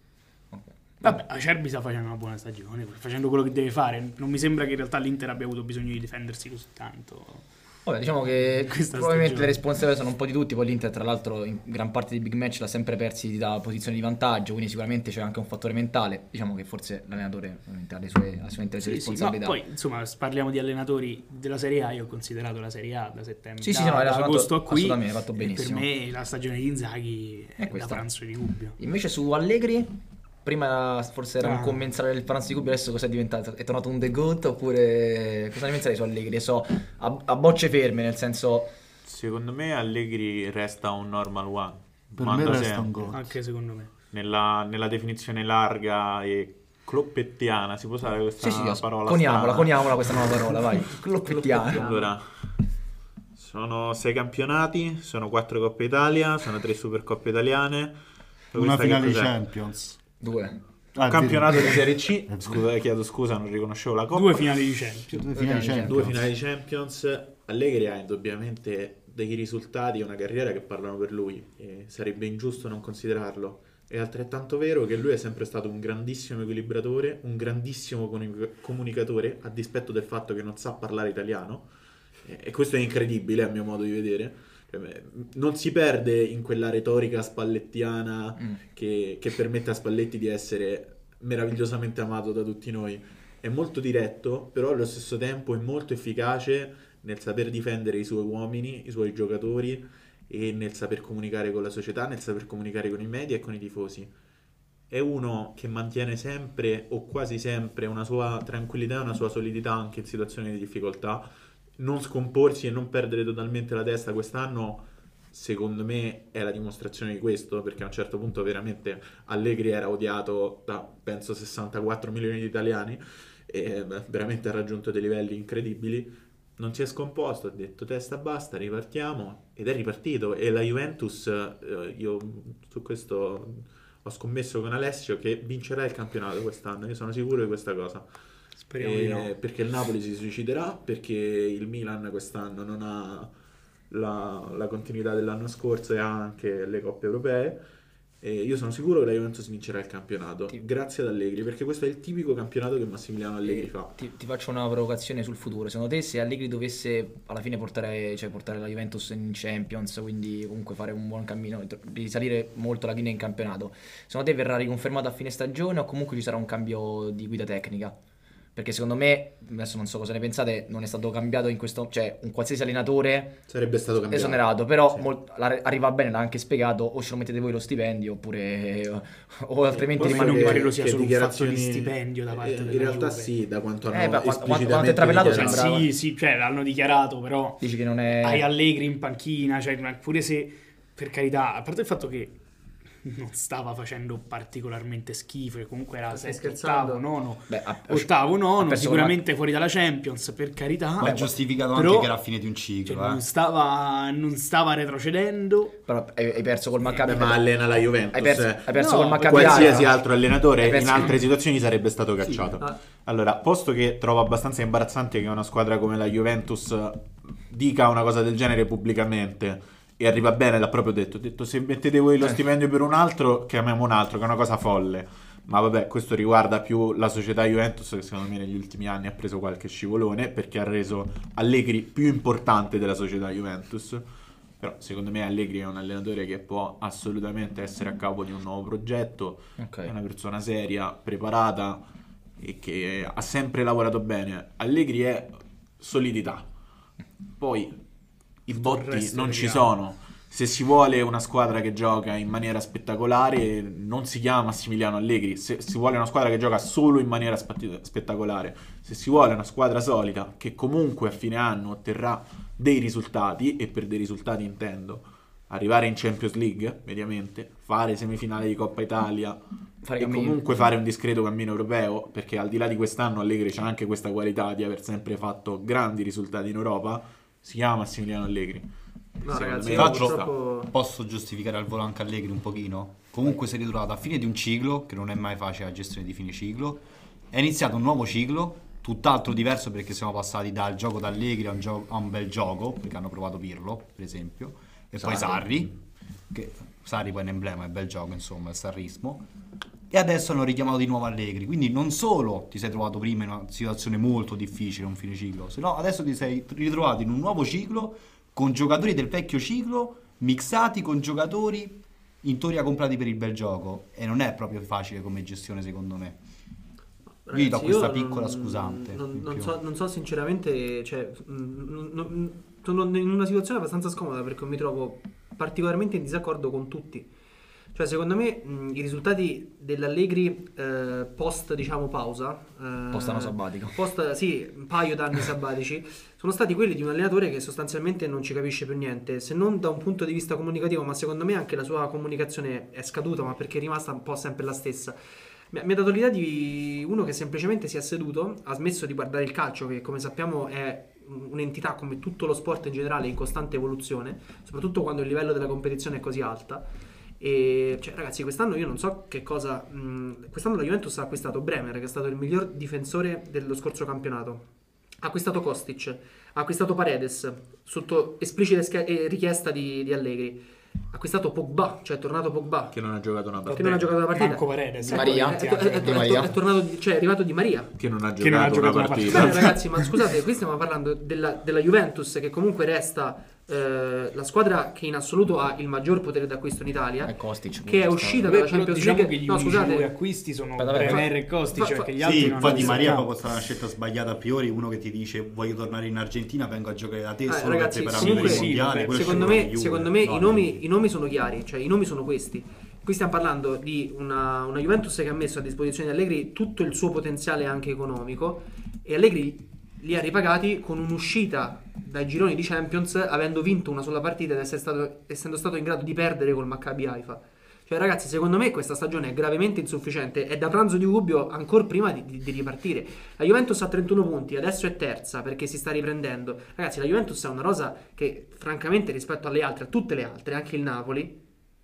Vabbè, Acerbi sta facendo una buona stagione, facendo quello che deve fare. Non mi sembra che in realtà l'Inter abbia avuto bisogno di difendersi così tanto. Vabbè, diciamo che questa probabilmente stagione. le responsabilità sono un po' di tutti. Poi l'Inter, tra l'altro, in gran parte dei big match l'ha sempre persi da posizioni di vantaggio, quindi sicuramente c'è anche un fattore mentale. Diciamo che forse l'allenatore ovviamente ha le sue, ha sue intese sì, responsabilità. Sì, no, poi insomma parliamo di allenatori della Serie A. Io ho considerato la Serie A da settembre, sì, da, sì, no, da agosto a qui. Assolutamente, hai fatto benissimo. Per me la stagione di Inzaghi è, è da pranzo di dubbio. Invece su Allegri, prima forse era ah. un commensale del pranzo di dubbio, adesso cos'è diventato? È tornato un The Goat, oppure cosa ne pensate su Allegri? So, a, a bocce ferme, nel senso... Secondo me Allegri resta un normal one. Per me resta sempre. Un goat. Anche secondo me. Nella, nella definizione larga e cloppettiana, si può usare questa sì, sì, parola? Coniamola, strana? coniamola questa nuova parola, vai. Cloppettiana. Allora, sono sei campionati, sono quattro Coppe Italia, sono tre Supercoppe italiane. Una finale di Champions. Due. Un ah, campionato di Serie C. Scusa, chiedo scusa, non riconoscevo la Coppa. Due finali di Champions. Due finali di Champions. Due finali di Champions. Allegri ha indubbiamente dei risultati e una carriera che parlano per lui, e sarebbe ingiusto non considerarlo. È altrettanto vero che lui è sempre stato un grandissimo equilibratore, un grandissimo comunicatore, a dispetto del fatto che non sa parlare italiano, e questo è incredibile a mio modo di vedere. Non si perde in quella retorica spallettiana mm. che, che permette a Spalletti di essere meravigliosamente amato da tutti noi. È molto diretto, però allo stesso tempo è molto efficace nel saper difendere i suoi uomini, i suoi giocatori, e nel saper comunicare con la società, nel saper comunicare con i media e con i tifosi. È uno che mantiene sempre o quasi sempre una sua tranquillità e una sua solidità anche in situazioni di difficoltà. Non scomporsi e non perdere totalmente la testa quest'anno, secondo me, è la dimostrazione di questo, perché a un certo punto veramente Allegri era odiato da penso sessantaquattro milioni di italiani, e beh, veramente ha raggiunto dei livelli incredibili. Non si è scomposto, ha detto testa basta, ripartiamo, ed è ripartito. E la Juventus, eh, io su questo ho scommesso con Alessio che vincerà il campionato quest'anno, io sono sicuro di questa cosa. Speriamo E- di no. Perché il Napoli si suiciderà, perché il Milan quest'anno non ha la, la continuità dell'anno scorso e ha anche le coppe europee. E io sono sicuro che la Juventus vincerà il campionato, Ti- grazie ad Allegri, perché questo è il tipico campionato che Massimiliano Allegri Eh, fa. Ti, ti faccio una provocazione sul futuro. Secondo te, se Allegri dovesse alla fine portare, cioè, portare la Juventus in Champions, quindi comunque fare un buon cammino, risalire molto la linea in campionato, secondo te verrà riconfermato a fine stagione o comunque ci sarà un cambio di guida tecnica? Perché secondo me, adesso non so cosa ne pensate, non è stato cambiato in questo, cioè un qualsiasi allenatore Sarebbe stato cambiato. esonerato, però Sì. mol- la- arriva bene, l'ha anche spiegato, o ce lo mettete voi lo stipendio oppure o altrimenti Poi ma rimane non che- credo sia che solo un fatto dichiarazioni- di stipendio da parte eh, della In realtà Juve. sì, da quanto hanno Eh, beh, quando- quando- esplicitamente quando è trapelato dichiarato. sembrava- Sì, sì, cioè l'hanno dichiarato, però dici che non è... hai Allegri in panchina, cioè, ma pure se, per carità, a parte il fatto che non stava facendo particolarmente schifo, e comunque era Stai sesto, scherzando? ottavo, nono, Beh, ha- ottavo, ha nono, perso sicuramente fuori dalla Champions, per carità. Ma Beh, è giustificato però- anche che era a fine di un cioè, ciclo, eh. non, stava, non stava retrocedendo. Però hai, hai perso col Maccabi. Beh, ma allena la Juventus. Hai perso, eh. hai perso No, col Maccabi. Qualsiasi Haifa. altro allenatore Hai in perso- altre situazioni sarebbe stato cacciato. Ah. Allora, posto che trovo abbastanza imbarazzante che una squadra come la Juventus dica una cosa del genere pubblicamente e arriva bene, l'ha proprio detto. Ha detto: se mettete voi lo Eh. stipendio per un altro, chiamiamo un altro, che è una cosa folle. Ma vabbè, questo riguarda più la società Juventus, che secondo me negli ultimi anni ha preso qualche scivolone, perché ha reso Allegri più importante della società Juventus. Però secondo me Allegri è un allenatore che può assolutamente essere a capo di un nuovo progetto. Ok. È una persona seria, preparata e che ha sempre lavorato bene. Allegri è solidità. Poi i botti resto non vediamo. ci sono. Se si vuole una squadra che gioca in maniera spettacolare, non si chiama Massimiliano Allegri. Se si vuole una squadra che gioca solo in maniera spat- spettacolare, se si vuole una squadra solida che comunque a fine anno otterrà dei risultati, e per dei risultati intendo arrivare in Champions League, mediamente, fare semifinale di Coppa Italia Fare e cammini. comunque fare un discreto cammino europeo, perché al di là di quest'anno Allegri c'ha anche questa qualità di aver sempre fatto grandi risultati in Europa, si chiama Massimiliano Allegri. No, Secondo ragazzi, me io ci Faccio- sta. purtroppo... Posso giustificare al volo anche Allegri un pochino? Comunque si è ritrovato a fine di un ciclo, che non è mai facile la gestione di fine ciclo. È iniziato un nuovo ciclo, tutt'altro diverso, perché siamo passati dal gioco d'Allegri a un, gio- a un bel gioco, perché hanno provato Pirlo, per esempio, e poi Sarri, che Sarri poi è un emblema, è un bel gioco, insomma, il sarrismo. E adesso hanno richiamato di nuovo Allegri, quindi non solo ti sei trovato prima in una situazione molto difficile, un fine ciclo, se no adesso ti sei ritrovato in un nuovo ciclo con giocatori del vecchio ciclo mixati con giocatori in teoria comprati per il bel gioco, e non è proprio facile come gestione, secondo me. Io gli do Ragazzi, questa io piccola non- scusante Non, in non più. so, non so sinceramente, cioè, mm, non- non- sono in una situazione abbastanza scomoda perché mi trovo particolarmente in disaccordo con tutti. Cioè, secondo me mh, i risultati dell'Allegri eh, post, diciamo, pausa, eh, Post anno sabbatico. post, sì, un paio d'anni sabbatici, sono stati quelli di un allenatore che sostanzialmente non ci capisce più niente, se non da un punto di vista comunicativo, ma secondo me anche la sua comunicazione è scaduta, ma perché è rimasta un po' sempre la stessa. Mi ha, mi ha dato l'idea di uno che semplicemente si è seduto, ha smesso di guardare il calcio, che come sappiamo è un'entità come tutto lo sport in generale in costante evoluzione, soprattutto quando il livello della competizione è così alta. E cioè, ragazzi, quest'anno io non so che cosa. Mh, quest'anno la Juventus ha acquistato Bremer, che è stato il miglior difensore dello scorso campionato. Ha acquistato Kostic, ha acquistato Paredes sotto esplicita sca- eh, richiesta di, di Allegri. Ha acquistato Pogba, cioè è tornato Pogba. Che non ha giocato una Che partita. non ha giocato la partita. Manco Paredes. Ecco, Maria. è, è- è- è- Di Maria. è tornato, di- cioè è arrivato Di Maria. Che non ha giocato, Che non ha giocato una una partita. Bene, ragazzi, ma scusate, qui stiamo parlando della, della Juventus, che comunque resta eh, la squadra che in assoluto ha il maggior potere d'acquisto in Italia, È Kostic. che è pure, uscita Beh, dalla però Champions diciamo League. che gli No, unici scusate, due acquisti sono Aspetta, dai, Bremer fa- e Kostic, fa- perché gli fa- altri Sì, non poi li Di Maria sappiamo. proprio stata una scelta sbagliata a priori, uno che ti dice voglio tornare in Argentina, vengo a giocare da te Eh, solo ragazzi, per prepararmi per comunque il sì, mondiale. vabbè, quello secondo ci vuole me, Juve, secondo me no, i, nomi, i nomi sono chiari, cioè i nomi sono questi. Qui stiamo parlando di una, una Juventus che ha messo a disposizione di Allegri tutto il suo potenziale anche economico, e Allegri li ha ripagati con un'uscita dai gironi di Champions, avendo vinto una sola partita ed essere stato, essendo stato in grado di perdere col Maccabi Haifa. Cioè, ragazzi, secondo me questa stagione è gravemente insufficiente, è da pranzo di Gubbio ancora prima di, di, di ripartire. La Juventus ha trentuno punti, adesso è terza perché si sta riprendendo. Ragazzi, la Juventus ha una rosa che francamente rispetto alle altre, a tutte le altre, anche il Napoli,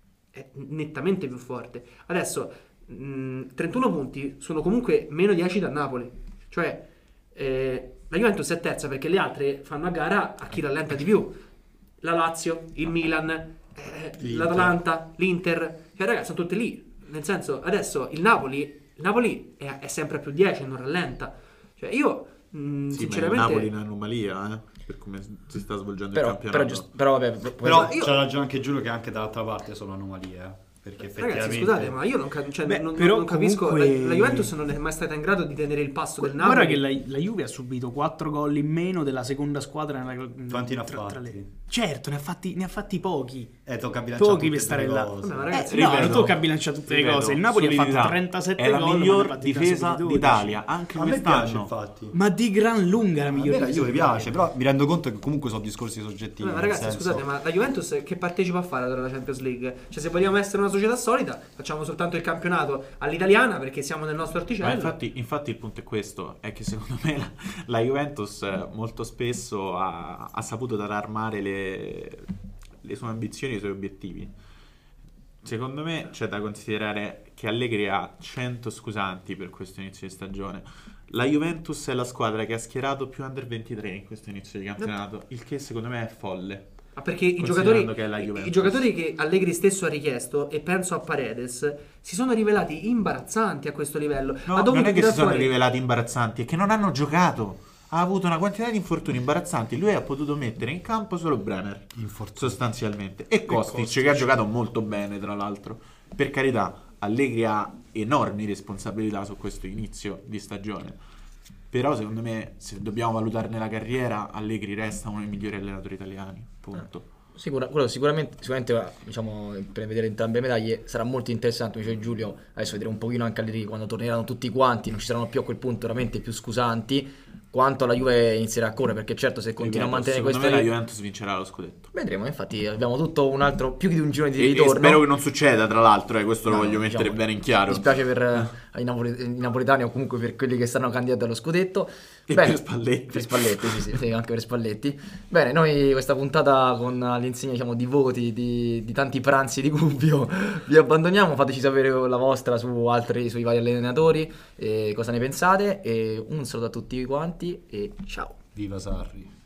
è nettamente più forte. Adesso mh, trentuno punti sono comunque meno dieci dal Napoli. Cioè, eh, la Juventus è terza perché le altre fanno a gara a chi rallenta di più. La Lazio, il Milan, eh, l'Atalanta, l'Inter. Cioè, ragazzi, sono tutte lì. Nel senso, adesso il Napoli, il Napoli è, è sempre a più dieci e non rallenta. Cioè, io, mh, Sì, sinceramente... ma il Napoli è un'anomalia, eh, per come si sta svolgendo Però, il però, campionato. giust- però vabbè, poi- Però io- c'ha ragione anche Giulio che anche dall'altra parte sono anomalie, eh. Perché effettivamente... Ragazzi, scusate, ma io non, ca- cioè, Beh, non, però non capisco. comunque- La, la Juventus non è mai stata in grado di tenere il passo del Napoli. Guarda che la, la Juve ha subito quattro gol in meno della seconda squadra nella, Quanti ne ha tra- tra fatti? le- Certo, ne ha fatti, ne ha fatti pochi. Eh, tocca bilanciare Pochi tutte per stare le là. cose. Vabbè, ma ragazzi, Eh, no, ripeto, non tocca bilanciare tutte le ripeto, cose. Il Napoli ha fatto solidità. trentasette è la gol, ma ne ha miglior fatti difesa dodici. d'Italia, anche A me quest'anno. piace infatti. Ma di gran lunga la A migliore me la Juve difesa piace, però mi rendo conto che comunque sono discorsi soggettivi. Vabbè, ma nel ragazzi, senso- scusate, ma la Juventus che partecipa a fare allora la Champions League? Cioè, se vogliamo essere una società solida, facciamo soltanto il campionato all'italiana perché siamo nel nostro orticello. Ma infatti, infatti il punto è questo, è che secondo me la, la Juventus eh, molto spesso ha, ha saputo allarmare le, le sue ambizioni e i suoi obiettivi. Secondo me c'è da considerare che Allegri ha cento scusanti per questo inizio di stagione. La Juventus è la squadra che ha schierato più under ventitré in questo inizio di campionato, il che secondo me è folle. Ma perché i Considerando giocatori, che è la i- Juventus. i giocatori che Allegri stesso ha richiesto, e penso a Paredes, si sono rivelati imbarazzanti a questo livello. No, ha dovuto non è che tirar si sono fuori- rivelati imbarazzanti, è che non hanno giocato. Ha avuto una quantità di infortuni imbarazzanti. Lui ha potuto mettere in campo solo Bremer, sostanzialmente. E Kostic, Kostic. che ha giocato molto bene, tra l'altro. Per carità, Allegri ha enormi responsabilità su questo inizio di stagione. Però, secondo me, se dobbiamo valutarne la carriera, Allegri resta uno dei migliori allenatori italiani. Punto. Sicura- quello sicuramente, sicuramente diciamo, per vedere entrambe le medaglie sarà molto interessante, come dice Giulio, adesso vedremo un pochino anche Allegri quando torneranno tutti quanti, non ci saranno più a quel punto veramente più scusanti, quanto la Juve inizierà a correre, perché certo se continua a Ripeto, mantenere secondo questa me la ri- Juventus vincerà lo scudetto. vedremo, infatti abbiamo tutto un altro, più di un giro di E, e ritorno. spero che non succeda, tra l'altro, eh, questo No, lo voglio diciamo, mettere bene in chiaro. Mi dispiace per eh, i, napoli- i napoletani o comunque per quelli che stanno candidati allo scudetto. E Bene, per Spalletti. Per Spalletti, sì, sì, sì, anche per Spalletti. Bene, noi questa puntata con l'insegna diciamo, di voti, di, di tanti pranzi di Gubbio, vi abbandoniamo. Fateci sapere la vostra su altri, sui vari allenatori, e cosa ne pensate. E un saluto a tutti quanti e ciao. Viva Sarri.